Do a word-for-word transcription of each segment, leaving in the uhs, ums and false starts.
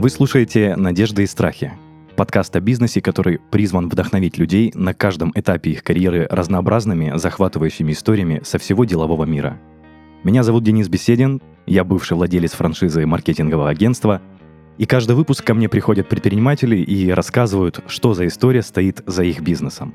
Вы слушаете «Надежды и страхи» — подкаст о бизнесе, который призван вдохновить людей на каждом этапе их карьеры разнообразными, захватывающими историями со всего делового мира. Меня зовут Денис Беседин, я бывший владелец франшизы маркетингового агентства, и каждый выпуск ко мне приходят предприниматели и рассказывают, что за история стоит за их бизнесом.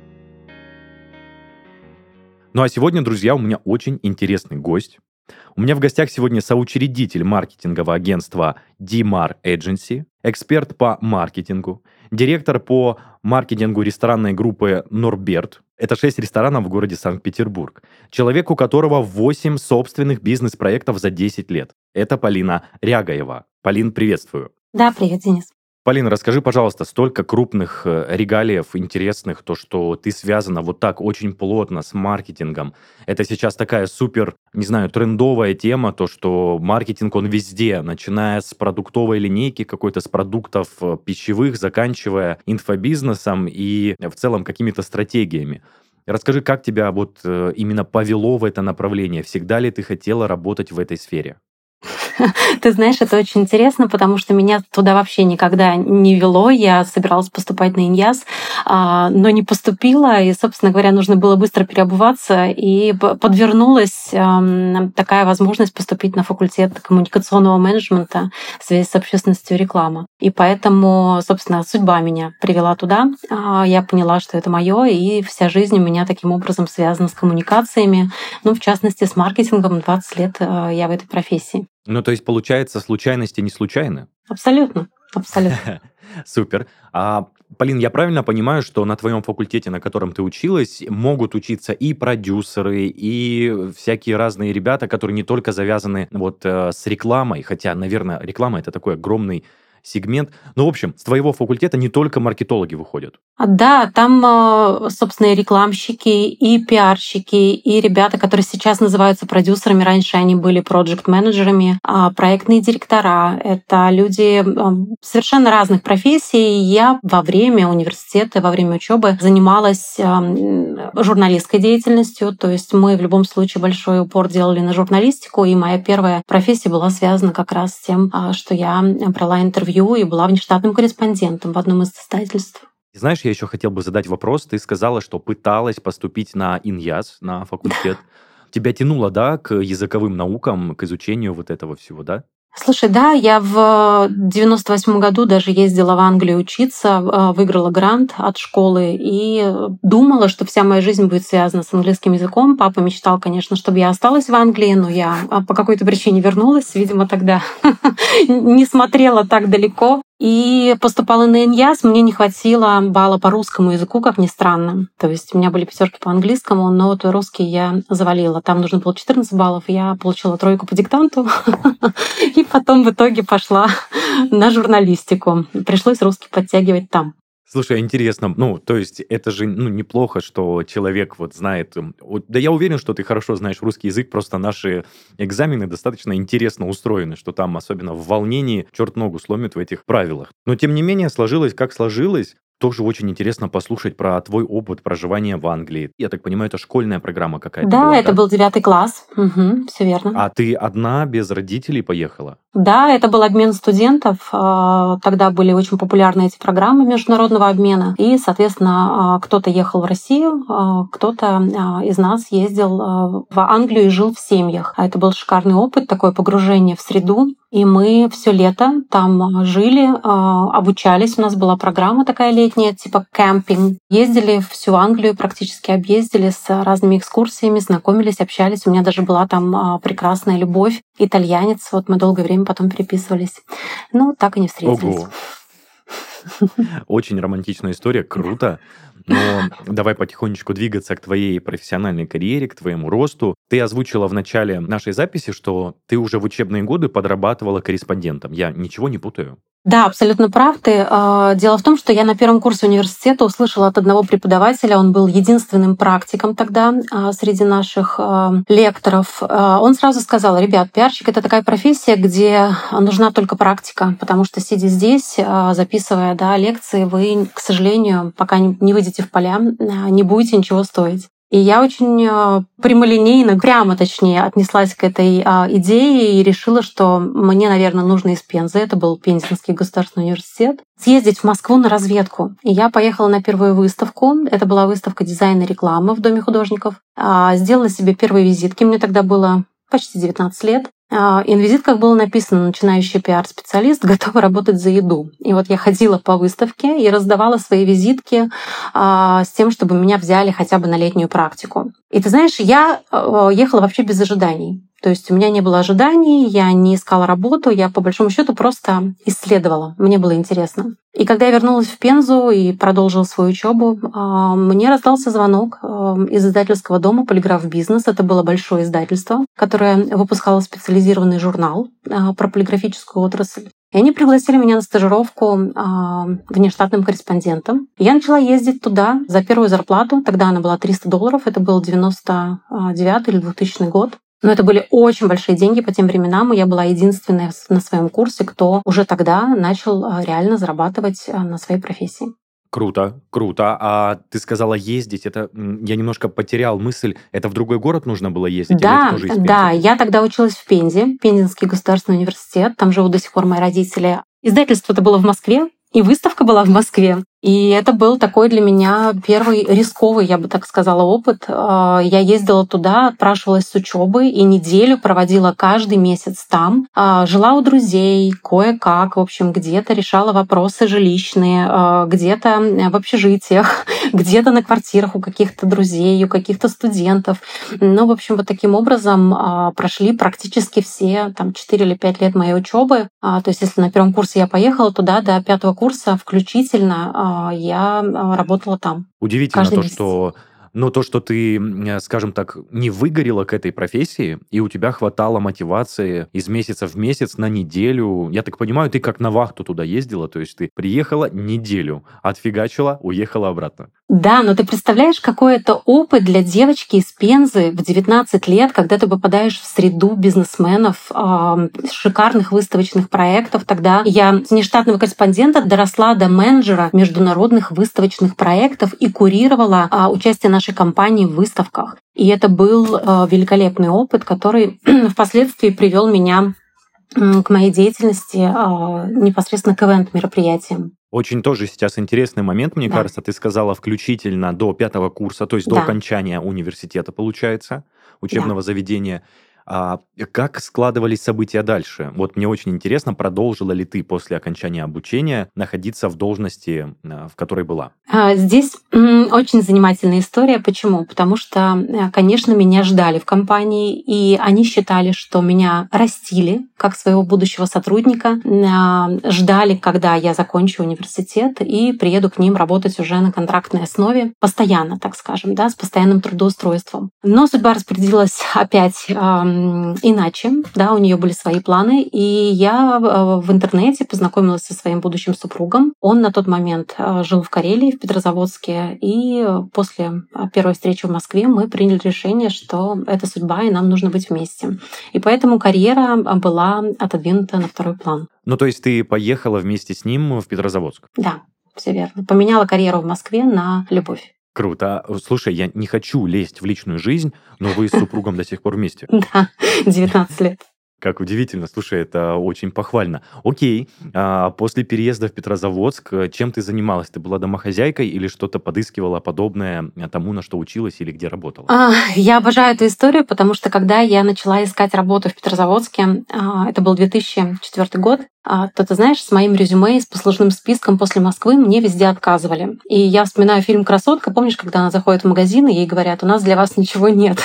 Ну а сегодня, друзья, у меня очень интересный гость. У меня в гостях сегодня соучредитель маркетингового агентства ди мар Agency, эксперт по маркетингу, директор по маркетингу ресторанной группы Норберт. Это шесть ресторанов в городе Санкт-Петербург. Человек, у которого восемь собственных бизнес-проектов за десять лет. Это Полина Рягаева. Полин, приветствую. Да, привет, Денис. Полина, расскажи, пожалуйста, столько крупных регалиев интересных, то, что ты связана вот так очень плотно с маркетингом. Это сейчас такая супер, не знаю, трендовая тема, то, что маркетинг, он везде, начиная с продуктовой линейки какой-то, с продуктов пищевых, заканчивая инфобизнесом и в целом какими-то стратегиями. Расскажи, как тебя вот именно повело в это направление? Всегда ли ты хотела работать в этой сфере? Ты знаешь, это очень интересно, потому что меня туда вообще никогда не вело. Я собиралась поступать на ИНЯС, но не поступила. И, собственно говоря, нужно было быстро переобуваться. И подвернулась такая возможность поступить на факультет коммуникационного менеджмента в связи с общественностью рекламы. И поэтому, собственно, судьба меня привела туда. Я поняла, что это мое, и вся жизнь у меня таким образом связана с коммуникациями. Ну, в частности, с маркетингом. двадцать лет я в этой профессии. Ну, то есть, получается, случайности не случайны? Абсолютно, абсолютно. Супер. А, Полин, я правильно понимаю, что на твоем факультете, на котором ты училась, могут учиться и продюсеры, и всякие разные ребята, которые не только завязаны вот э, с рекламой, хотя, наверное, реклама — это такой огромный сегмент. Ну, в общем, с твоего факультета не только маркетологи выходят. Да, там, собственно, и рекламщики, и пиарщики, и ребята, которые сейчас называются продюсерами. Раньше они были проект-менеджерами, проектные директора. Это люди совершенно разных профессий. Я во время университета, во время учебы занималась журналистской деятельностью. То есть мы в любом случае большой упор делали на журналистику, и моя первая профессия была связана как раз с тем, что я брала интервью и была внештатным корреспондентом в одном из издательств. Знаешь, я еще хотел бы задать вопрос. Ты сказала, что пыталась поступить на ИНЯС, на факультет. Тебя тянуло, да, к языковым наукам, к изучению вот этого всего, да? Слушай, да, я в девяносто восьмом году даже ездила в Англию учиться, выиграла грант от школы и думала, что вся моя жизнь будет связана с английским языком. Папа мечтал, конечно, чтобы я осталась в Англии, но я по какой-то причине вернулась, видимо, тогда не смотрела так далеко. И поступала на ИНЯС, мне не хватило балла по русскому языку, как ни странно. То есть у меня были пятерки по английскому, но вот русский я завалила. Там нужно было четырнадцать баллов, я получила тройку по диктанту. И потом в итоге пошла на журналистику. Пришлось русский подтягивать там. Слушай, интересно, ну, то есть это же ну, неплохо, что человек вот знает... Вот, да я уверен, что ты хорошо знаешь русский язык, просто наши экзамены достаточно интересно устроены, что там, особенно в волнении, черт ногу сломит в этих правилах. Но, тем не менее, сложилось как сложилось. Тоже очень интересно послушать про твой опыт проживания в Англии. Я так понимаю, это школьная программа какая-то да, была, это да? был девятый класс. Угу, все верно. А ты одна, без родителей поехала? Да, это был обмен студентов. Тогда были очень популярны эти программы международного обмена. И, соответственно, кто-то ехал в Россию, кто-то из нас ездил в Англию и жил в семьях. А это был шикарный опыт, такое погружение в среду. И мы все лето там жили, обучались. У нас была программа такая летняя, типа кемпинг. Ездили всю Англию, практически объездили с разными экскурсиями, знакомились, общались. У меня даже была там прекрасная любовь, итальянец. Вот мы долгое время потом переписывались. Ну, так и не встретились. Ого. Очень романтичная история, круто. Но давай потихонечку двигаться к твоей профессиональной карьере, к твоему росту. Ты озвучила в начале нашей записи, что ты уже в учебные годы подрабатывала корреспондентом. Я ничего не путаю? Да, абсолютно прав ты. Дело в том, что я на первом курсе университета услышала от одного преподавателя, он был единственным практиком тогда среди наших лекторов. Он сразу сказал: ребят, пиарщик — это такая профессия, где нужна только практика, потому что, сидя здесь, записывая да, лекции, вы, к сожалению, пока не выйдете в поля, не будете ничего стоить. И я очень прямолинейно, прямо точнее, отнеслась к этой идее и решила, что мне, наверное, нужно из Пензы, это был Пензенский государственный университет, съездить в Москву на разведку. И я поехала на первую выставку. Это была выставка дизайна и рекламы в Доме художников. Сделала себе первые визитки. Мне тогда было почти девятнадцать лет. И на визитках было написано: начинающий пиар-специалист, готова работать за еду. И вот я ходила по выставке и раздавала свои визитки а, с тем, чтобы меня взяли хотя бы на летнюю практику. И ты знаешь, я а, ехала вообще без ожиданий. То есть у меня не было ожиданий, я не искала работу, я по большому счету просто исследовала. Мне было интересно. И когда я вернулась в Пензу и продолжила свою учебу, мне раздался звонок из издательского дома «Полиграф Бизнес». Это было большое издательство, которое выпускало специализированный журнал про полиграфическую отрасль. И они пригласили меня на стажировку внештатным корреспондентом. И я начала ездить туда за первую зарплату. Тогда она была триста долларов. Это был девяносто девятый или двухтысячный год. Но это были очень большие деньги по тем временам, и я была единственная на своем курсе, кто уже тогда начал реально зарабатывать на своей профессии. Круто, круто. А ты сказала ездить, это я немножко потерял мысль, это в другой город нужно было ездить? Да, или это тоже из Пензы? Да, я тогда училась в Пензе, Пензенский государственный университет, там живут до сих пор мои родители. Издательство это было в Москве, и выставка была в Москве. И это был такой для меня первый рисковый, я бы так сказала, опыт. Я ездила туда, отпрашивалась с учебы и неделю проводила каждый месяц там. Жила у друзей, кое-как, в общем, где-то решала вопросы жилищные, где-то в общежитиях, где-то на квартирах у каких-то друзей, у каких-то студентов. Ну, в общем, вот таким образом прошли практически все там четыре или пять лет моей учебы. То есть если на первом курсе я поехала туда до пятого курса включительно, я работала там. Удивительно то, что, ну, то, что ты, скажем так, не выгорела к этой профессии, и у тебя хватало мотивации из месяца в месяц на неделю. Я так понимаю, ты как на вахту туда ездила, то есть ты приехала неделю, отфигачила, уехала обратно. Да, но ты представляешь, какой это опыт для девочки из Пензы в девятнадцать лет, когда ты попадаешь в среду бизнесменов, э, шикарных выставочных проектов. Тогда я с нештатного корреспондента доросла до менеджера международных выставочных проектов и курировала э, участие нашей компании в выставках. И это был э, великолепный опыт, который впоследствии привел меня к моей деятельности э, непосредственно к ивент-мероприятиям. Очень тоже сейчас интересный момент, мне Да. кажется, ты сказала включительно до пятого курса, то есть до Да. окончания университета, получается, учебного Да. заведения. А как складывались события дальше? Вот мне очень интересно, продолжила ли ты после окончания обучения находиться в должности, в которой была? Здесь очень занимательная история. Почему? Потому что, конечно, меня ждали в компании, и они считали, что меня растили как своего будущего сотрудника, ждали, когда я закончу университет и приеду к ним работать уже на контрактной основе, постоянно, так скажем, да, с постоянным трудоустройством. Но судьба распорядилась опять иначе, да, у нее были свои планы, и я в интернете познакомилась со своим будущим супругом. Он на тот момент жил в Карелии, в Петрозаводске, и после первой встречи в Москве мы приняли решение, что это судьба, и нам нужно быть вместе. И поэтому карьера была отодвинута на второй план. Ну, то есть ты поехала вместе с ним в Петрозаводск? Да, все верно. Поменяла карьеру в Москве на любовь. Круто. Слушай, я не хочу лезть в личную жизнь, но вы с супругом до сих пор вместе. Да, девятнадцать лет. Как удивительно. Слушай, это очень похвально. Окей, а после переезда в Петрозаводск чем ты занималась? Ты была домохозяйкой или что-то подыскивала подобное тому, на что училась или где работала? А, я обожаю эту историю, потому что когда я начала искать работу в Петрозаводске, это был две тысячи четвёртый год, то, ты знаешь, с моим резюме и с послужным списком после Москвы мне везде отказывали. И я вспоминаю фильм «Красотка». Помнишь, когда она заходит в магазин, и ей говорят: у нас для вас ничего нет.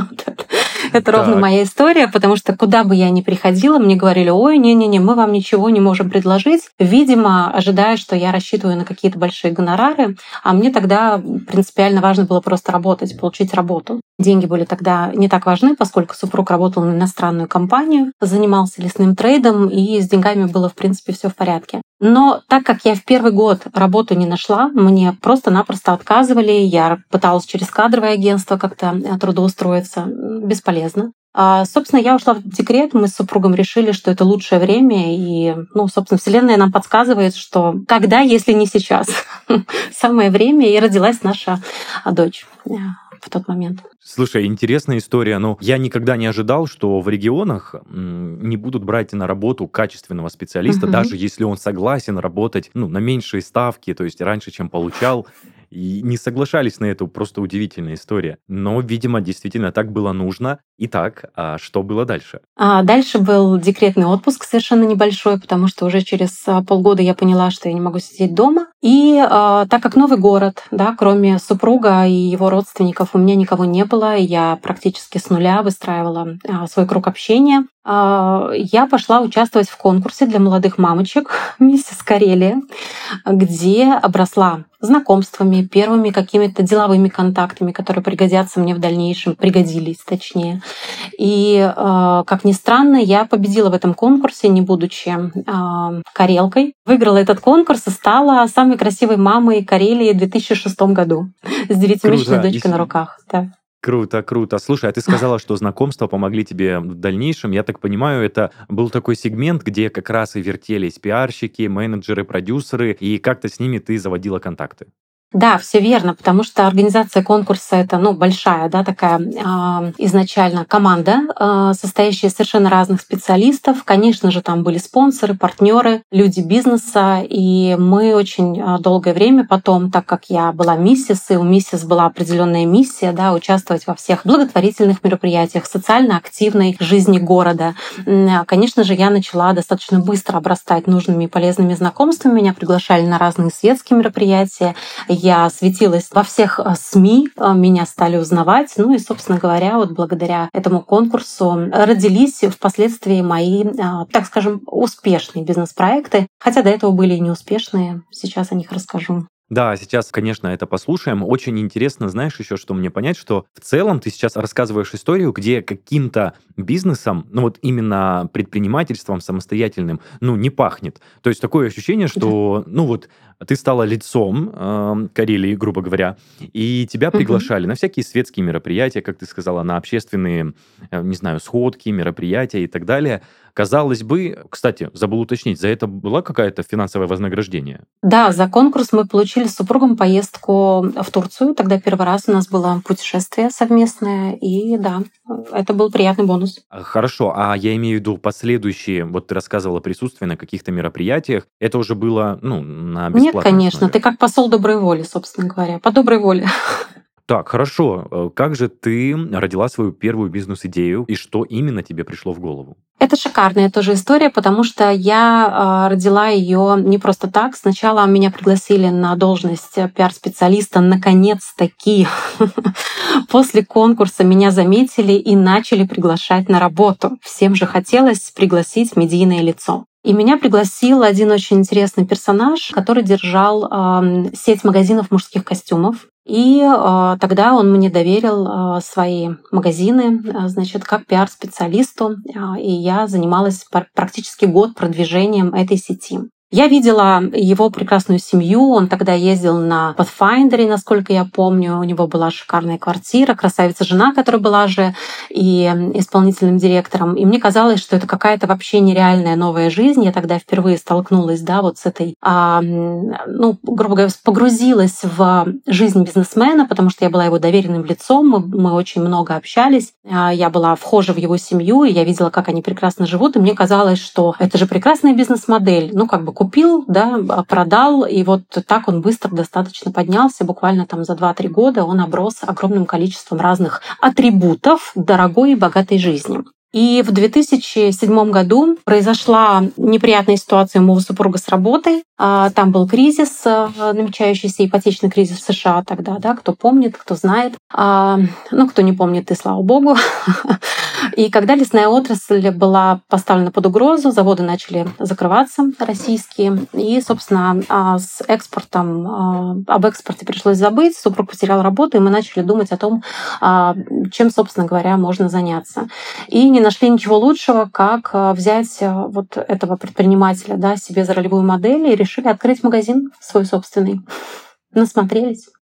Это ровно моя история, потому что куда бы я ни приходила, мне говорили: ой, не-не-не, мы вам ничего не можем предложить. Видимо, ожидая, что я рассчитываю на какие-то большие гонорары, а мне тогда принципиально важно было просто работать, получить работу. Деньги были тогда не так важны, поскольку супруг работал на иностранную компанию, занимался лесным трейдом, и с деньгами было, в принципе, все в порядке. Но так как я в первый год работу не нашла, мне просто-напросто отказывали. Я пыталась через кадровое агентство как-то трудоустроиться. Бесполезно. А, собственно, я ушла в декрет. Мы с супругом решили, что это лучшее время. И, ну, собственно, Вселенная нам подсказывает, что когда, если не сейчас. Самое время, и родилась наша дочь. тот момент. Слушай, интересная история. Но я никогда не ожидал, что в регионах м, не будут брать на работу качественного специалиста, даже Мгм. если он согласен работать, ну, на меньшие ставки, то есть раньше, чем получал. И не соглашались на эту просто удивительная история. Но, видимо, действительно так было нужно. Итак, а что было дальше? А дальше был декретный отпуск совершенно небольшой, потому что уже через а, полгода я поняла, что я не могу сидеть дома. И а, так как новый город, да, кроме супруга и его родственников, у меня никого не было, и я практически с нуля выстраивала а, свой круг общения. а, Я пошла участвовать в конкурсе для молодых мамочек «Миссис Карелия», где обросла знакомствами, первыми какими-то деловыми контактами, которые пригодятся мне в дальнейшем, пригодились точнее. И, э, как ни странно, я победила в этом конкурсе, не будучи э, карелкой. Выиграла этот конкурс и стала самой красивой мамой Карелии в две тысячи шестом году с девятимесячной Круто. И дочкой с- на руках. Да. Круто, круто. Слушай, а ты сказала, что знакомства помогли тебе в дальнейшем. Я так понимаю, это был такой сегмент, где как раз и вертелись пиарщики, менеджеры, продюсеры, и как-то с ними ты заводила контакты. Да, все верно, потому что организация конкурса это, ну, большая, да, такая а, изначально команда, а, состоящая из совершенно разных специалистов. Конечно же, там были спонсоры, партнеры, люди бизнеса, и мы очень а, долгое время потом, так как я была миссис, и у миссис была определенная миссия, да, участвовать во всех благотворительных мероприятиях, социально активной жизни города. М, Конечно же, я начала достаточно быстро обрастать нужными и полезными знакомствами. Меня приглашали на разные светские мероприятия. Я светилась во всех э, СМИ, э, меня стали узнавать. Ну и, собственно говоря, вот благодаря этому конкурсу родились впоследствии мои, э, так скажем, успешные бизнес-проекты. Хотя до этого были и неуспешные. Сейчас о них расскажу. Да, сейчас, конечно, это послушаем. Очень интересно, знаешь, еще что мне понять, что в целом ты сейчас рассказываешь историю, где каким-то бизнесом, ну вот именно предпринимательством самостоятельным, ну не пахнет. То есть такое ощущение, Да. что, ну вот ты стала лицом эм, Карелии, грубо говоря, и тебя Мгм. приглашали на всякие светские мероприятия, как ты сказала, на общественные, э, не знаю, сходки, мероприятия и так далее. Казалось бы, кстати, забыл уточнить, за это было какое-то финансовое вознаграждение? Да, за конкурс мы получили с супругом поездку в Турцию. Тогда первый раз у нас было путешествие совместное. И да, это был приятный бонус. А, Хорошо, а я имею в виду последующие, вот ты рассказывала присутствие на каких-то мероприятиях, это уже было, ну, на Нет, бесплатной конечно, основе. ты как посол доброй воли, собственно говоря. По доброй воле. Так, хорошо, э, как же ты родила свою первую бизнес-идею и что именно тебе пришло в голову? Это шикарная тоже история, потому что я а, родила ее не просто так. Сначала меня пригласили на должность пиар-специалиста. Наконец-таки после конкурса меня заметили и начали приглашать на работу. Всем же хотелось пригласить медийное лицо. И меня пригласил один очень интересный персонаж, который держал ам, сеть магазинов мужских костюмов. И а, тогда он мне доверил а, свои магазины, а, значит, как пиар-специалисту, а, и я занималась пр- практически год продвижением этой сети. Я видела его прекрасную семью. Он тогда ездил на Pathfinder, насколько я помню. У него была шикарная квартира, красавица жена, которая была же и исполнительным директором. И мне казалось, что это какая-то вообще нереальная новая жизнь. Я тогда впервые столкнулась, да, вот с этой, а, ну, грубо говоря, погрузилась в жизнь бизнесмена, потому что я была его доверенным лицом. Мы, мы очень много общались. А, Я была вхожа в его семью, и я видела, как они прекрасно живут. И мне казалось, что это же прекрасная бизнес-модель. Ну, как бы купил, да, продал, и вот так он быстро достаточно поднялся. Буквально там за два-три года он оброс огромным количеством разных атрибутов дорогой и богатой жизни. И в две тысячи седьмом году произошла неприятная ситуация у моего супруга с работой. А, Там был кризис, а, намечающийся ипотечный кризис в США тогда, да, кто помнит, кто знает. А, Ну, кто не помнит, и слава богу. И когда лесная отрасль была поставлена под угрозу, заводы начали закрываться, российские. И, собственно, а, с экспортом, а, об экспорте пришлось забыть. Супруг потерял работу, и мы начали думать о том, а, чем, собственно говоря, можно заняться. И не нашли ничего лучшего, как а, взять а, вот этого предпринимателя, да, себе за ролевую модель и решили открыть магазин свой собственный. Насмотрелись.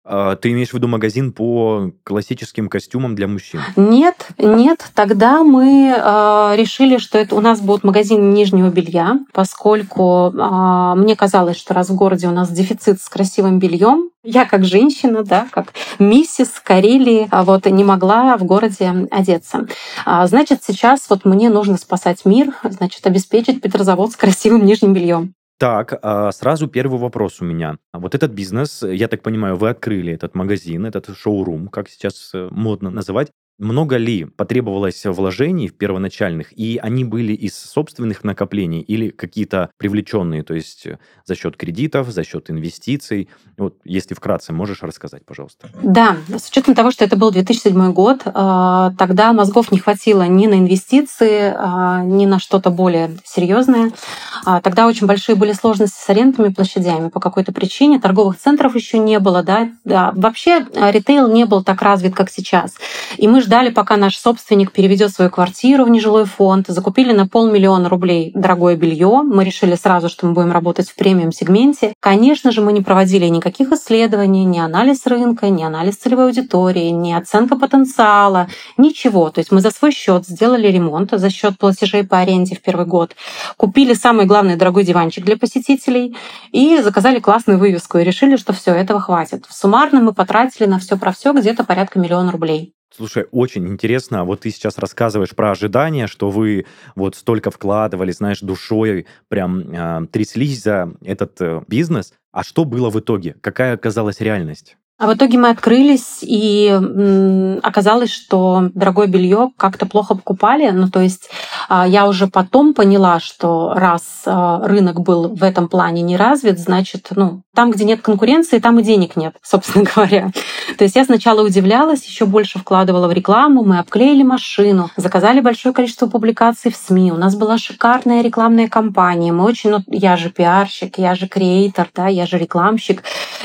А, ты имеешь в виду магазин по классическим костюмам для мужчин? Нет, нет. Тогда мы э, решили, что это у нас будет магазин нижнего белья, поскольку э, мне казалось, что раз в городе у нас дефицит с красивым бельем, я как женщина, да, как миссис Карелии, а вот не могла в городе одеться. А, значит, сейчас вот мне нужно спасать мир, значит, обеспечить Петрозаводск красивым нижним бельем. Так, а, сразу первый вопрос у меня. А Вот этот бизнес, я так понимаю, вы открыли этот магазин, этот шоурум, как сейчас э, модно называть. Много ли потребовалось вложений в первоначальных, и они были из собственных накоплений или какие-то привлеченные, то есть э, за счет кредитов, за счет инвестиций? Вот, если вкратце, можешь рассказать, пожалуйста? Да, с учетом того, что это был две тысячи седьмой год, а, тогда мозгов не хватило ни на инвестиции, а, ни на что-то более серьезное. А, Тогда очень большие были сложности с арендными площадями по какой-то причине. Торговых центров еще не было, да. Да. Вообще а, ритейл не был так развит, как сейчас. И мы ждали, пока наш собственник переведет свою квартиру в нежилой фонд, закупили на полмиллиона рублей дорогое белье. Мы решили сразу, что мы будем работать в премиум-сегменте. Конечно же, мы не проводили никаких исследований, ни анализ рынка, ни анализ целевой аудитории, ни оценка потенциала, ничего. То есть мы за свой счет сделали ремонт за счет платежей по аренде в первый год, купили самый главный дорогой диванчик для посетителей и заказали классную вывеску и решили, что все этого хватит. Суммарно мы потратили на все про все где-то порядка миллиона рублей. Слушай, очень интересно. Вот ты сейчас рассказываешь про ожидания, что вы вот столько вкладывали, знаешь, душой, прям а, тряслись за этот э, бизнес. А что было в итоге? Какая оказалась реальность? А в итоге мы открылись, и м, оказалось, что дорогое белье как-то плохо покупали. Ну, то есть а, я уже потом поняла, что раз а, рынок был в этом плане не развит, значит, ну, там, где нет конкуренции, там и денег нет, собственно говоря. То есть я сначала удивлялась, еще больше вкладывала в рекламу, мы обклеили машину, заказали большое количество публикаций в СМИ, у нас была шикарная рекламная кампания, мы очень, ну, я же пиарщик, я же креатор, да, я же рекламщик,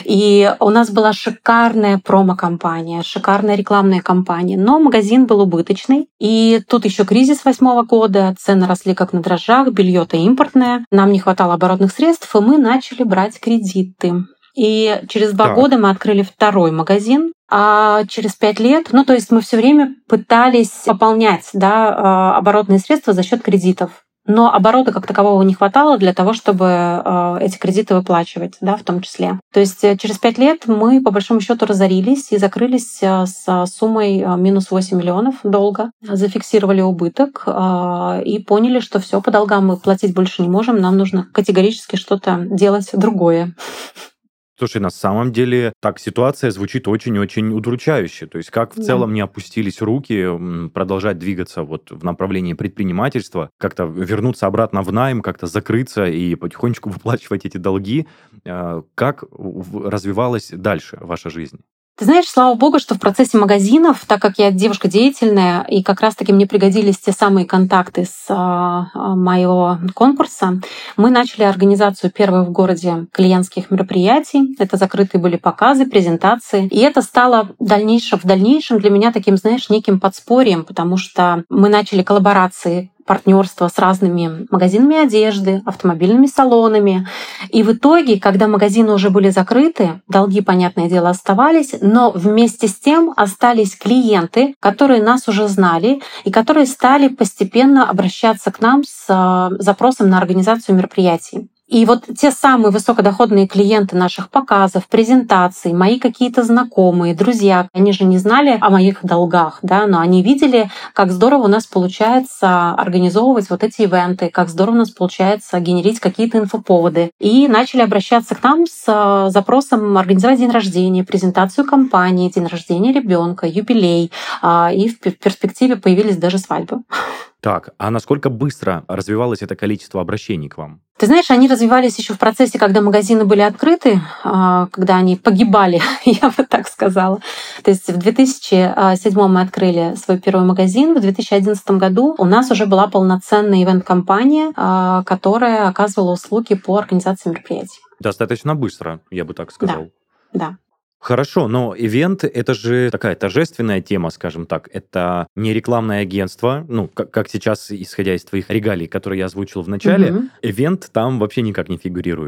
и у нас была шикарная промо-компания, шикарная рекламная кампания, но магазин был убыточный, и тут еще кризис восьмого года, цены росли как на дрожжах, белье-то импортное, нам не хватало оборотных средств, и мы начали брать кредиты. И через два Так, года мы открыли второй магазин, а через пять лет, ну то есть мы все время пытались пополнять, да, а, оборотные средства за счет кредитов. Но оборота как такового не хватало для того, чтобы а, эти кредиты выплачивать, да, в том числе. То есть э, через пять лет мы по большому счету разорились и закрылись а, с суммой а, минус восемь миллионов долга, зафиксировали убыток а, и поняли, что все по долгам мы платить больше не можем, нам нужно категорически что-то делать другое. слушай, на самом деле так ситуация звучит очень-очень удручающе. То есть как в Да. целом не опустились руки, м, продолжать двигаться вот в направлении предпринимательства, как-то вернуться обратно в найм, как-то закрыться и потихонечку выплачивать эти долги. А, Как в- развивалась дальше ваша жизнь? Ты знаешь, слава богу, что в процессе магазинов, так как я девушка деятельная, и как раз-таки мне пригодились те самые контакты с а, а, моего конкурса, мы начали организацию первых в городе клиентских мероприятий. Это закрытые были показы, презентации. И это стало в дальнейшем, в дальнейшем для меня таким, знаешь, неким подспорьем, потому что мы начали коллаборации, партнерство с разными магазинами одежды, автомобильными салонами. И в итоге, когда магазины уже были закрыты, долги, понятное дело, оставались, но вместе с тем остались клиенты, которые нас уже знали и которые стали постепенно обращаться к нам с а, запросом на организацию мероприятий. И вот те самые высокодоходные клиенты наших показов, презентаций, мои какие-то знакомые, друзья, они же не знали о моих долгах, да, но они видели, как здорово у нас получается организовывать вот эти ивенты, как здорово у нас получается генерить какие-то инфоповоды. И начали обращаться к нам с а, запросом организовать день рождения, презентацию компании, день рождения ребенка, юбилей. А, И в пер- перспективе появились даже свадьбы. Так, а насколько быстро развивалось это количество обращений к вам? Ты знаешь, они развивались еще в процессе, когда магазины были открыты, а, когда они погибали, я бы так сказала. То есть в две тысячи седьмом мы открыли свой первый магазин, в две тысячи одиннадцатом году у нас уже была полноценная ивент-компания, а, которая оказывала услуги по организации мероприятий. Достаточно быстро, я бы так Да, сказал. да. Хорошо, но ивент — это же такая торжественная тема, скажем так. Это не рекламное агентство, ну, как, как сейчас, исходя из твоих регалий, которые я озвучил в начале, Мгм. ивент там вообще никак не фигурирует.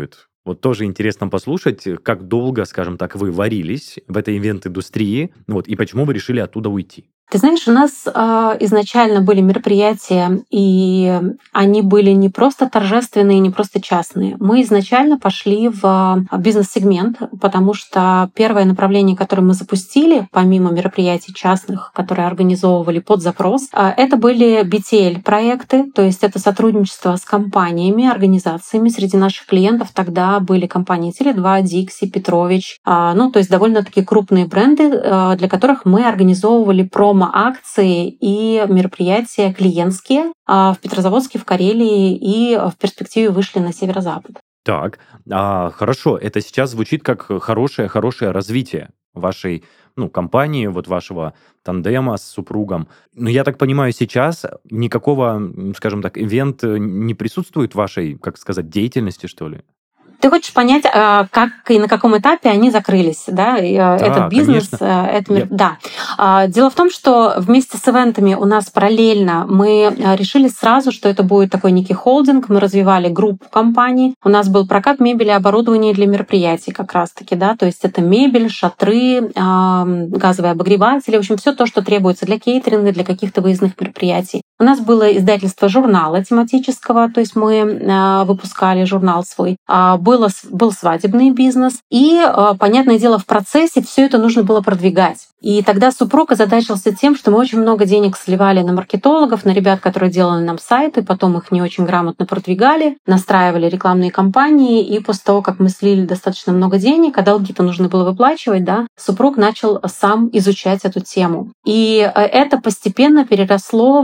Вот тоже интересно послушать, как долго, скажем так, вы варились в этой ивент-индустрии, вот, и почему вы решили оттуда уйти? Ты знаешь, у нас э, изначально были мероприятия, и они были не просто торжественные, не просто частные. Мы изначально пошли в бизнес-сегмент, потому что первое направление, которое мы запустили, помимо мероприятий частных, которые организовывали под запрос, э, это были би ти эл-проекты, то есть это сотрудничество с компаниями, организациями. Среди наших клиентов тогда были компании теле два, Dixie, Петрович, э, ну, то есть довольно-таки крупные бренды, э, для которых мы организовывали промо акции и мероприятия клиентские в Петрозаводске, в Карелии и в перспективе вышли на северо-запад. Так, а, хорошо, это сейчас звучит как хорошее-хорошее развитие вашей, ну, компании, вот вашего тандема с супругом. Но я так понимаю, сейчас никакого, скажем так, ивент не присутствует в вашей, как сказать, деятельности, что ли? Ты хочешь понять, как и на каком этапе они закрылись, да? Да, Этот бизнес, конечно. это, Я- да. Дело в том, что вместе с ивентами у нас параллельно мы решили сразу, что это будет такой некий холдинг. Мы развивали группу компаний. У нас был прокат мебели, оборудования для мероприятий как раз-таки, да. То есть это мебель, шатры, газовые обогреватели, в общем, все то, что требуется для кейтеринга, для каких-то выездных мероприятий. У нас было издательство журнала тематического, то есть мы выпускали журнал свой. Было, был свадебный бизнес. И, понятное дело, в процессе все это нужно было продвигать. И тогда супруг озадачился тем, что мы очень много денег сливали на маркетологов, на ребят, которые делали нам сайты, потом их не очень грамотно продвигали, настраивали рекламные кампании, и после того, как мы слили достаточно много денег, а долги-то нужно было выплачивать, да, супруг начал сам изучать эту тему. И это постепенно переросло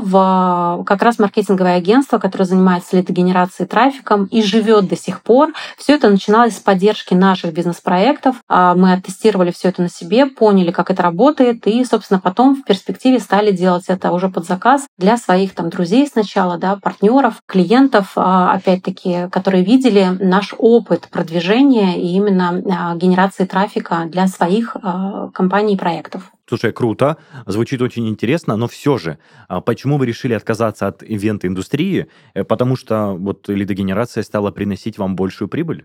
в как раз маркетинговое агентство, которое занимается лидогенерацией, трафиком и живет до сих пор. Все это начиналось с поддержки наших бизнес-проектов. Мы оттестировали все это на себе, поняли, как это работает, и, собственно, потом в перспективе стали делать это уже под заказ для своих там друзей сначала, да, партнеров, клиентов, опять-таки, которые видели наш опыт продвижения и именно генерации трафика для своих компаний и проектов. Слушай, круто, звучит очень интересно, но все же, а почему вы решили отказаться от ивент-индустрии? Э, Потому что вот лидогенерация стала приносить вам большую прибыль?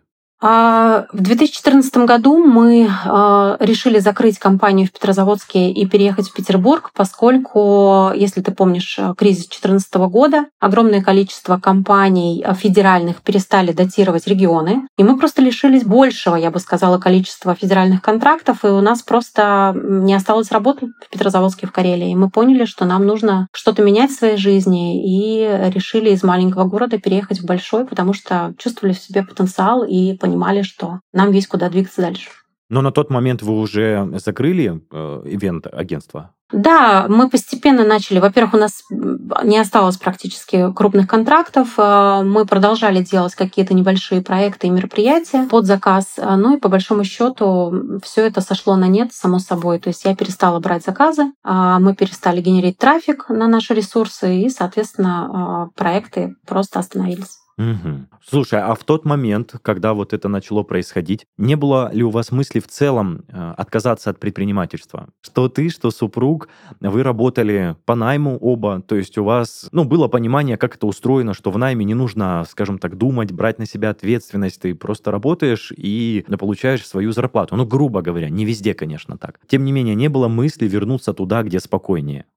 А, В две тысячи четырнадцатом году мы а, решили закрыть компанию в Петрозаводске и переехать в Петербург, поскольку, если ты помнишь, кризис две тысячи четырнадцатого года, огромное количество компаний а, федеральных перестали датировать регионы, и мы просто лишились большего, я бы сказала, количества федеральных контрактов, и у нас просто не осталось работы в Петрозаводске, в Карелии. И мы поняли, что нам нужно что-то менять в своей жизни, и решили из маленького города переехать в большой, потому что чувствовали в себе потенциал и понимали, что нам есть куда двигаться дальше. Но на тот момент вы уже закрыли э, ивент-агентство? Да, мы постепенно начали. Во-первых, у нас не осталось практически крупных контрактов. Мы продолжали делать какие-то небольшие проекты и мероприятия под заказ. Ну и по большому счету все это сошло на нет, само собой. То есть я перестала брать заказы, мы перестали генерить трафик на наши ресурсы, и, соответственно, проекты просто остановились. Мгм. Слушай, а в тот момент, когда вот это начало происходить, не было ли у вас мысли в целом э, отказаться от предпринимательства? Что ты, что супруг, вы работали по найму оба, то есть у вас, ну, было понимание, как это устроено, что в найме не нужно, скажем так, думать, брать на себя ответственность, ты просто работаешь и получаешь свою зарплату. Ну, грубо говоря, не везде, конечно, так. Тем не менее, не было мысли вернуться туда, где спокойнее.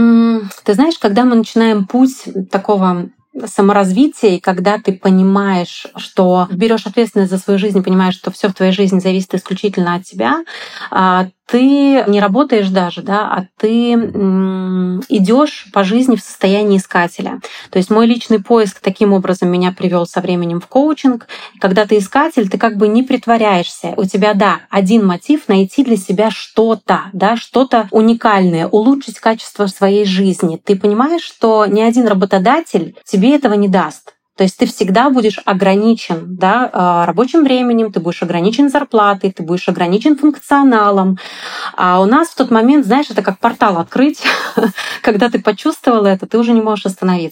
М, Ты знаешь, когда мы начинаем путь такого саморазвития, и когда ты понимаешь, что берешь ответственность за свою жизнь, понимаешь, что все в твоей жизни зависит исключительно от тебя, а, ты не работаешь даже, да, а ты идешь по жизни в состоянии искателя. То есть мой личный поиск таким образом меня привел со временем в коучинг. Когда ты искатель, ты как бы не притворяешься. У тебя, да, один мотив — найти для себя что-то, да, что-то уникальное, улучшить качество своей жизни. Ты понимаешь, что ни один работодатель тебе этого не даст. То есть ты всегда будешь ограничен, да, рабочим временем, ты будешь ограничен зарплатой, ты будешь ограничен функционалом. А у нас в тот момент, знаешь, это как портал открыть. Когда ты почувствовал это, ты уже не можешь остановиться.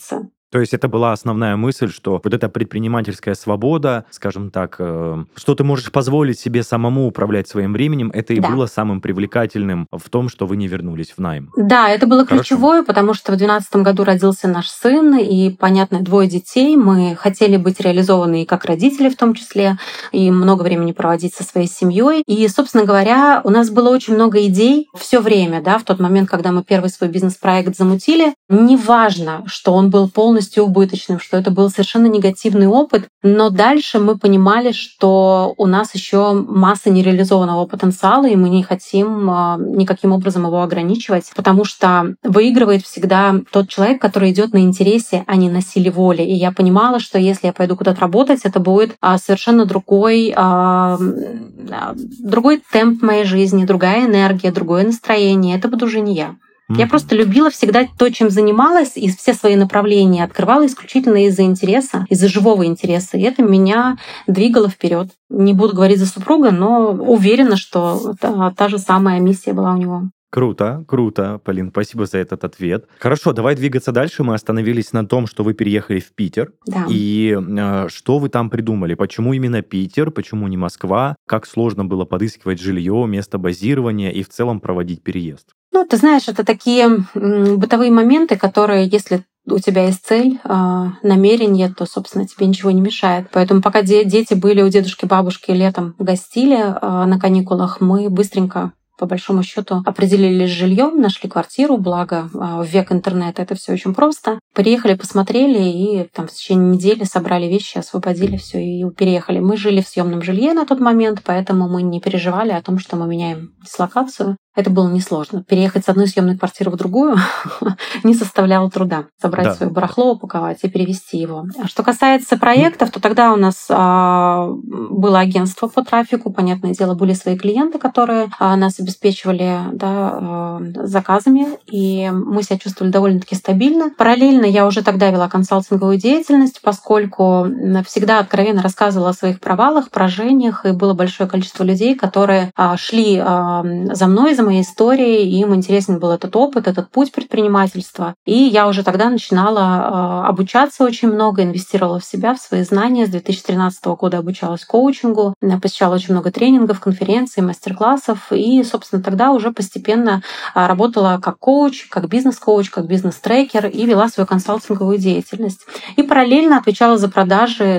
То есть это была основная мысль, что вот эта предпринимательская свобода, скажем так, э, что ты можешь позволить себе самому управлять своим временем, это и Да. было самым привлекательным в том, что вы не вернулись в найм. Да, это было Хорошо. ключевое, потому что в двенадцатом году родился наш сын, и, понятно, двое детей. Мы хотели быть реализованы и как родители в том числе, и много времени проводить со своей семьей. И, собственно говоря, у нас было очень много идей все время, да, в тот момент, когда мы первый свой бизнес-проект замутили. Неважно, что он был полностью убыточным, что это был совершенно негативный опыт, но дальше мы понимали, что у нас еще масса нереализованного потенциала, и мы не хотим а, никаким образом его ограничивать, потому что выигрывает всегда тот человек, который идет на интересе, а не на силе воли. И я понимала, что если я пойду куда-то работать, это будет а, совершенно другой, а, а, другой темп моей жизни, другая энергия, другое настроение. Это буду уже не я. Я просто любила всегда то, чем занималась, и все свои направления открывала исключительно из-за интереса, из-за живого интереса. И это меня двигало вперед. Не буду говорить за супруга, но уверена, что та, та же самая миссия была у него. Круто, круто, Полин, спасибо за этот ответ. Хорошо, давай двигаться дальше. Мы остановились на том, что вы переехали в Питер. Да. И э, что вы там придумали? Почему именно Питер? Почему не Москва? Как сложно было подыскивать жилье, место базирования и в целом проводить переезд? Ну, ты знаешь, это такие бытовые моменты, которые, если у тебя есть цель, намерение, то, собственно, тебе ничего не мешает. Поэтому пока дети были у дедушки, бабушки, летом гостили на каникулах, мы быстренько, по большому счету, определились с жильем, нашли квартиру, благо в век интернета это все очень просто. Приехали, посмотрели и там в течение недели собрали вещи, освободили все и переехали. Мы жили в съемном жилье на тот момент, поэтому мы не переживали о том, что мы меняем дислокацию. Это было несложно. Переехать с одной съемной квартиры в другую не составляло труда. Собрать да. свое барахло, упаковать и перевести его. Что касается проектов, то тогда у нас а, было агентство по трафику. Понятное дело, были свои клиенты, которые а, нас обеспечивали да, а, заказами. И мы себя чувствовали довольно-таки стабильно. Параллельно я уже тогда вела консалтинговую деятельность, поскольку всегда откровенно рассказывала о своих провалах, поражениях. И было большое количество людей, которые а, шли а, за мной, за моей историей, и им интересен был этот опыт, этот путь предпринимательства. И я уже тогда начинала э, обучаться очень много, инвестировала в себя, в свои знания. С две тысячи тринадцатого года обучалась коучингу, посещала очень много тренингов, конференций, мастер-классов, и, собственно, тогда уже постепенно работала как коуч, как бизнес-коуч, как бизнес-трекер и вела свою консалтинговую деятельность. И параллельно отвечала за продажи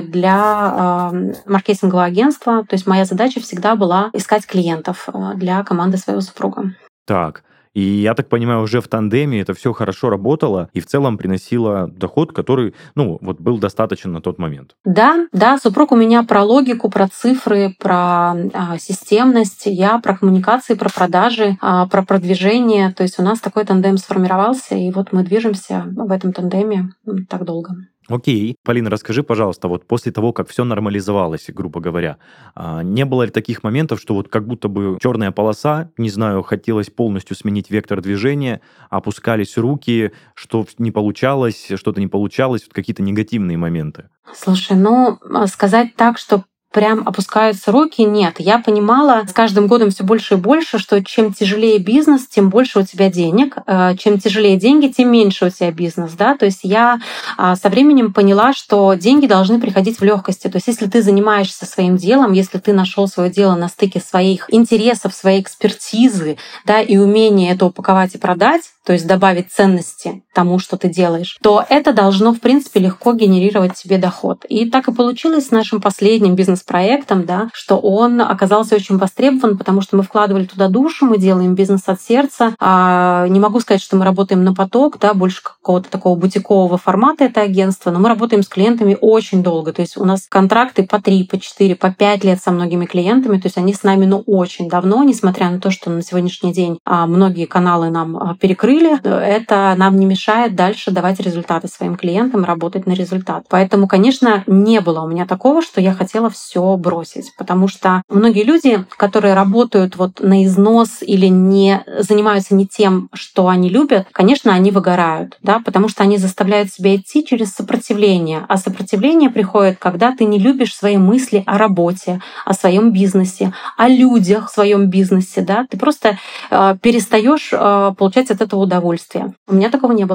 для э, маркетингового агентства. То есть моя задача всегда была искать клиентов для команды своего супруга. Так, и я так понимаю, уже в тандеме это все хорошо работало и в целом приносило доход, который, ну, вот был достаточен на тот момент. Да, да, супруг у меня про логику, про цифры, про а, системность, я про коммуникации, про продажи, а, про продвижение. То есть у нас такой тандем сформировался, и вот мы движемся в этом тандеме так долго. Окей. Полина, расскажи, пожалуйста, вот после того, как все нормализовалось, грубо говоря, не было ли таких моментов, что вот как будто бы черная полоса, не знаю, хотелось полностью сменить вектор движения, опускались руки, что не получалось, что-то не получалось, вот какие-то негативные моменты? Слушай, ну, сказать так, что прям опускаются руки, нет. Я понимала с каждым годом все больше и больше, что чем тяжелее бизнес, тем больше у тебя денег. Чем тяжелее деньги, тем меньше у тебя бизнес. Да? То есть я со временем поняла, что деньги должны приходить в легкости. То есть если ты занимаешься своим делом, если ты нашел свое дело на стыке своих интересов, своей экспертизы, да, и умения это упаковать и продать, то есть добавить ценности тому, что ты делаешь, то это должно, в принципе, легко генерировать тебе доход. И так и получилось с нашим последним бизнес-проектом, да, что он оказался очень востребован, потому что мы вкладывали туда душу, мы делаем бизнес от сердца. А не могу сказать, что мы работаем на поток, да, больше какого-то такого бутикового формата это агентство, но мы работаем с клиентами очень долго. То есть у нас контракты по три, по четыре, по пять лет со многими клиентами, то есть они с нами, ну, очень давно, несмотря на то, что на сегодняшний день многие каналы нам перекрыли, это нам не мешает дальше давать результаты своим клиентам, работать на результат. Поэтому, конечно, не было у меня такого, что я хотела все бросить, потому что многие люди, которые работают вот на износ или не занимаются не тем, что они любят, конечно, они выгорают, да, потому что они заставляют себя идти через сопротивление, а сопротивление приходит, когда ты не любишь свои мысли о работе, о своем бизнесе, о людях в своем бизнесе, да, ты просто э, перестаешь э, получать от этого удовольствие. У меня такого не было.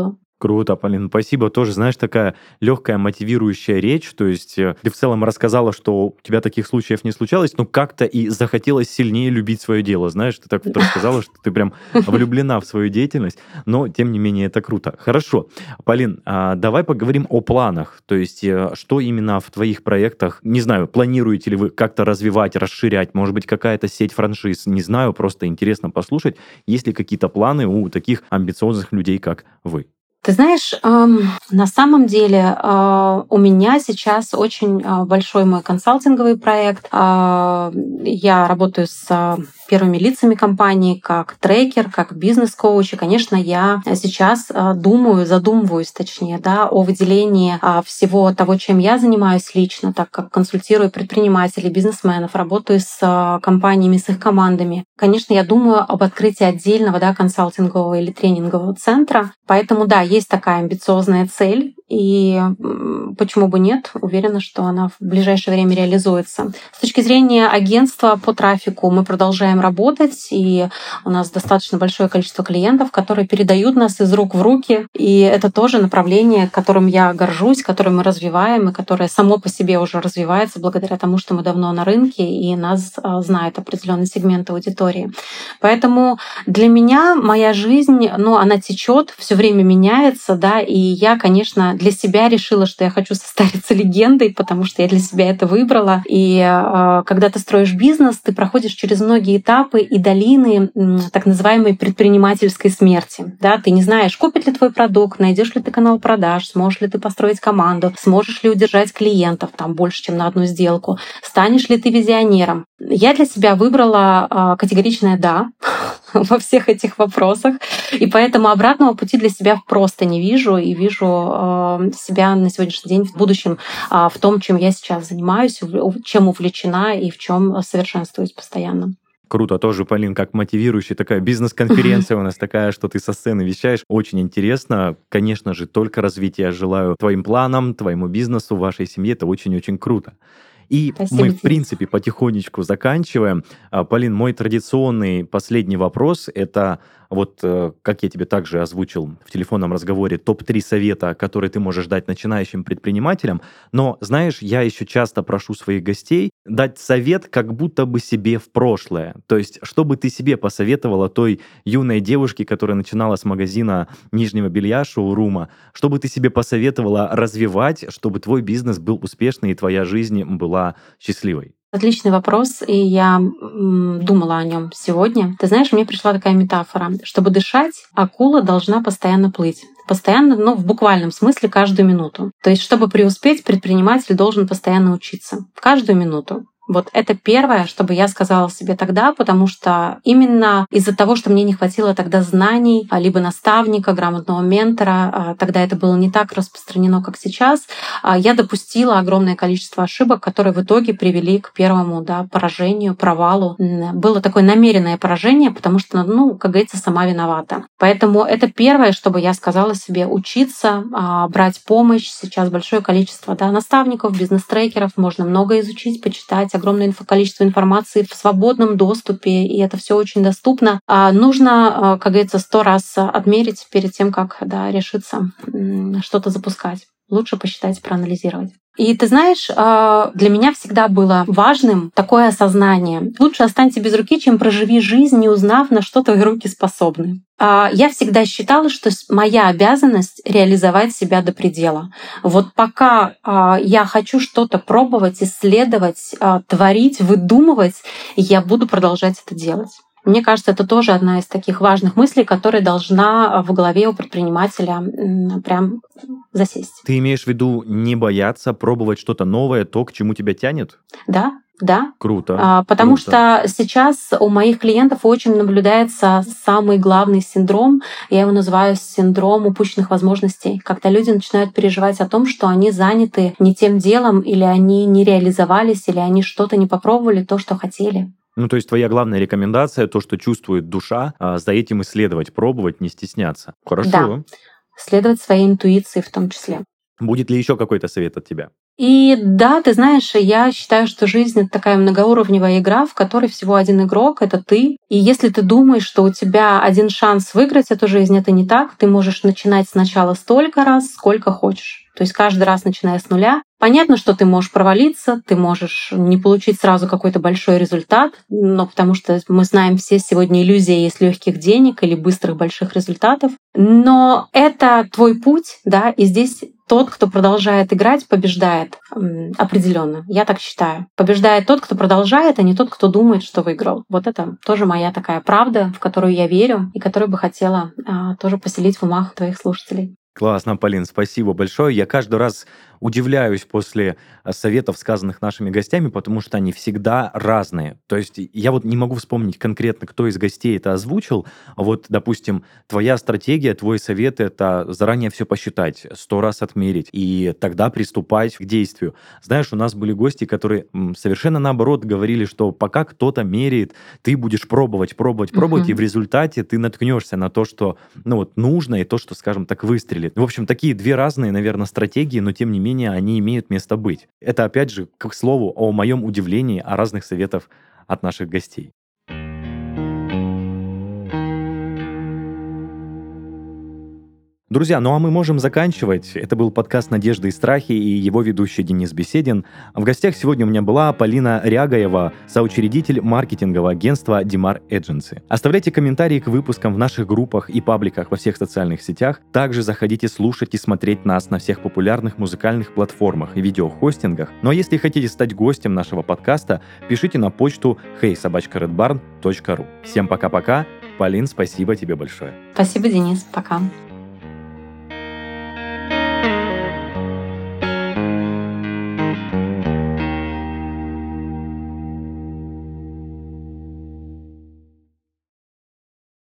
Круто, Полин, спасибо. Тоже, знаешь, такая легкая мотивирующая речь. То есть э, ты в целом рассказала, что у тебя таких случаев не случалось, но как-то и захотелось сильнее любить свое дело. Знаешь, ты так вот рассказала, что ты прям влюблена в свою деятельность, но тем не менее это круто. Хорошо. Полин, а давай поговорим о планах. То есть э, что именно в твоих проектах, не знаю, планируете ли вы как-то развивать, расширять, может быть, какая-то сеть франшиз, не знаю, просто интересно послушать, есть ли какие-то планы у таких амбициозных людей, как вы? Ты знаешь, ам, на самом деле а, у меня сейчас очень а, большой мой консалтинговый проект. А, Я работаю с а, первыми лицами компании как трекер, как бизнес-коуч. И, конечно, я сейчас а, думаю, задумываюсь точнее, да, о выделении а, всего того, чем я занимаюсь лично, так как консультирую предпринимателей, бизнесменов, работаю с а, компаниями, с их командами. Конечно, я думаю об открытии отдельного, да, консалтингового или тренингового центра. Поэтому, да, есть такая амбициозная цель, и почему бы нет? Уверена, что она в ближайшее время реализуется. С точки зрения агентства по трафику мы продолжаем работать, и у нас достаточно большое количество клиентов, которые передают нас из рук в руки, и это тоже направление, которым я горжусь, которое мы развиваем, и которое само по себе уже развивается благодаря тому, что мы давно на рынке, и нас знают определенный сегмент аудитории. Поэтому для меня моя жизнь, ну, она течет, все время меняется, да, и я, конечно, для себя решила, что я хочу состариться легендой, потому что я для себя это выбрала. И э, когда ты строишь бизнес, ты проходишь через многие этапы и долины э, так называемой предпринимательской смерти. Да? Ты не знаешь, купит ли твой продукт, найдешь ли ты канал продаж, сможешь ли ты построить команду, сможешь ли удержать клиентов там больше, чем на одну сделку, станешь ли ты визионером. Я для себя выбрала э, категоричное «да» во всех этих вопросах, и поэтому обратного пути для себя просто не вижу, и вижу э, себя на сегодняшний день в будущем э, в том, чем я сейчас занимаюсь, чем увлечена и в чем совершенствуюсь постоянно. Круто, тоже, Полин, как мотивирующая такая бизнес-конференция у нас такая, что ты со сцены вещаешь. Очень интересно. Конечно же, только развития желаю твоим планам, твоему бизнесу, вашей семье. Это очень-очень круто. И Спасибо мы, в тебе. принципе, потихонечку заканчиваем. А, Полин, мой традиционный последний вопрос — это вот, э, как я тебе также озвучил в телефонном разговоре, топ три совета, которые ты можешь дать начинающим предпринимателям. Но, знаешь, я еще часто прошу своих гостей дать совет как будто бы себе в прошлое. То есть, что бы ты себе посоветовала той юной девушке, которая начинала с магазина нижнего белья, шоурума, что бы ты себе посоветовала развивать, чтобы твой бизнес был успешный и твоя жизнь была счастливой? Отличный вопрос, и я м, думала о нем сегодня. Ты знаешь, мне пришла такая метафора. Чтобы дышать, акула должна постоянно плыть. Постоянно, ну, в буквальном смысле, каждую минуту. То есть, чтобы преуспеть, предприниматель должен постоянно учиться. Каждую минуту. Вот это первое, что бы я сказала себе тогда, потому что именно из-за того, что мне не хватило тогда знаний, а, либо наставника, грамотного ментора, а, тогда это было не так распространено, как сейчас, а, я допустила огромное количество ошибок, которые в итоге привели к первому, да, поражению, провалу. М, Было такое намеренное поражение, потому что, ну, как говорится, сама виновата. Поэтому это первое, что бы я сказала себе: учиться, а, брать помощь. Сейчас большое количество, да, наставников, бизнес-трекеров, можно много изучить, почитать, огромное инфо- количество информации в свободном доступе, и это все очень доступно. А нужно, а, как говорится, сто раз а, отмерить перед тем, как, да, решиться м, что-то запускать. Лучше посчитать, проанализировать. И ты знаешь, а, для меня всегда было важным такое осознание. Лучше останься без руки, чем проживи жизнь, не узнав, на что твои руки способны. А, Я всегда считала, что с- моя обязанность — реализовать себя до предела. Вот пока а, я хочу что-то пробовать, исследовать, а, творить, выдумывать, я буду продолжать это делать. Мне кажется, это тоже одна из таких важных мыслей, которая должна в голове у предпринимателя м, прям засесть. Ты имеешь в виду не бояться пробовать что-то новое, то, к чему тебя тянет? Да, да. Круто, А, Потому круто. что сейчас у моих клиентов очень наблюдается самый главный синдром, я его называю синдром упущенных возможностей, когда люди начинают переживать о том, что они заняты не тем делом, или они не реализовались, или они что-то не попробовали, то, что хотели. Ну, то есть твоя главная рекомендация, то, что чувствует душа, а, за этим исследовать, пробовать, не стесняться. Да, Хорошо. следовать своей интуиции в том числе. Будет ли еще какой-то совет от тебя? И да, ты знаешь, я считаю, что жизнь — это такая многоуровневая игра, в которой всего один игрок — это ты. И если ты думаешь, что у тебя один шанс выиграть эту жизнь, это не так. Ты можешь начинать сначала столько раз, сколько хочешь. То есть каждый раз, начиная с нуля. Понятно, что ты можешь провалиться, ты можешь не получить сразу какой-то большой результат, но потому что мы знаем все, сегодня иллюзия есть легких денег или быстрых больших результатов. Но это твой путь, да, и здесь тот, кто продолжает играть, побеждает определенно. Я так считаю. Побеждает тот, кто продолжает, а не тот, кто думает, что выиграл. Вот это тоже моя такая правда, в которую я верю и которую бы хотела а, тоже поселить в умах твоих слушателей. Классно, Полин, спасибо большое. Я каждый раз удивляюсь после советов, сказанных нашими гостями, потому что они всегда разные. То есть я вот не могу вспомнить конкретно, кто из гостей это озвучил. А вот, допустим, твоя стратегия, твой совет — это заранее все посчитать, сто раз отмерить и тогда приступать к действию. Знаешь, у нас были гости, которые совершенно наоборот говорили, что пока кто-то меряет, ты будешь пробовать, пробовать, пробовать, uh-huh. и в результате ты наткнешься на то, что ну, вот, нужно, и то, что, скажем так, выстрелит. В общем, такие две разные, наверное, стратегии, но тем не менее они имеют место быть. Это, опять же, к слову о моем удивлении, о разных советах от наших гостей. Друзья, ну а мы можем заканчивать. Это был подкаст «Надежды и страхи» и его ведущий Денис Беседин. В гостях сегодня у меня была Полина Рягаева, соучредитель маркетингового агентства Димар Agency. Оставляйте комментарии к выпускам в наших группах и пабликах во всех социальных сетях. Также заходите слушать и смотреть нас на всех популярных музыкальных платформах и видеохостингах. Ну а если хотите стать гостем нашего подкаста, пишите на почту хей собака ред барн точка ру. Всем пока-пока. Полин, спасибо тебе большое. Спасибо, Денис. Пока.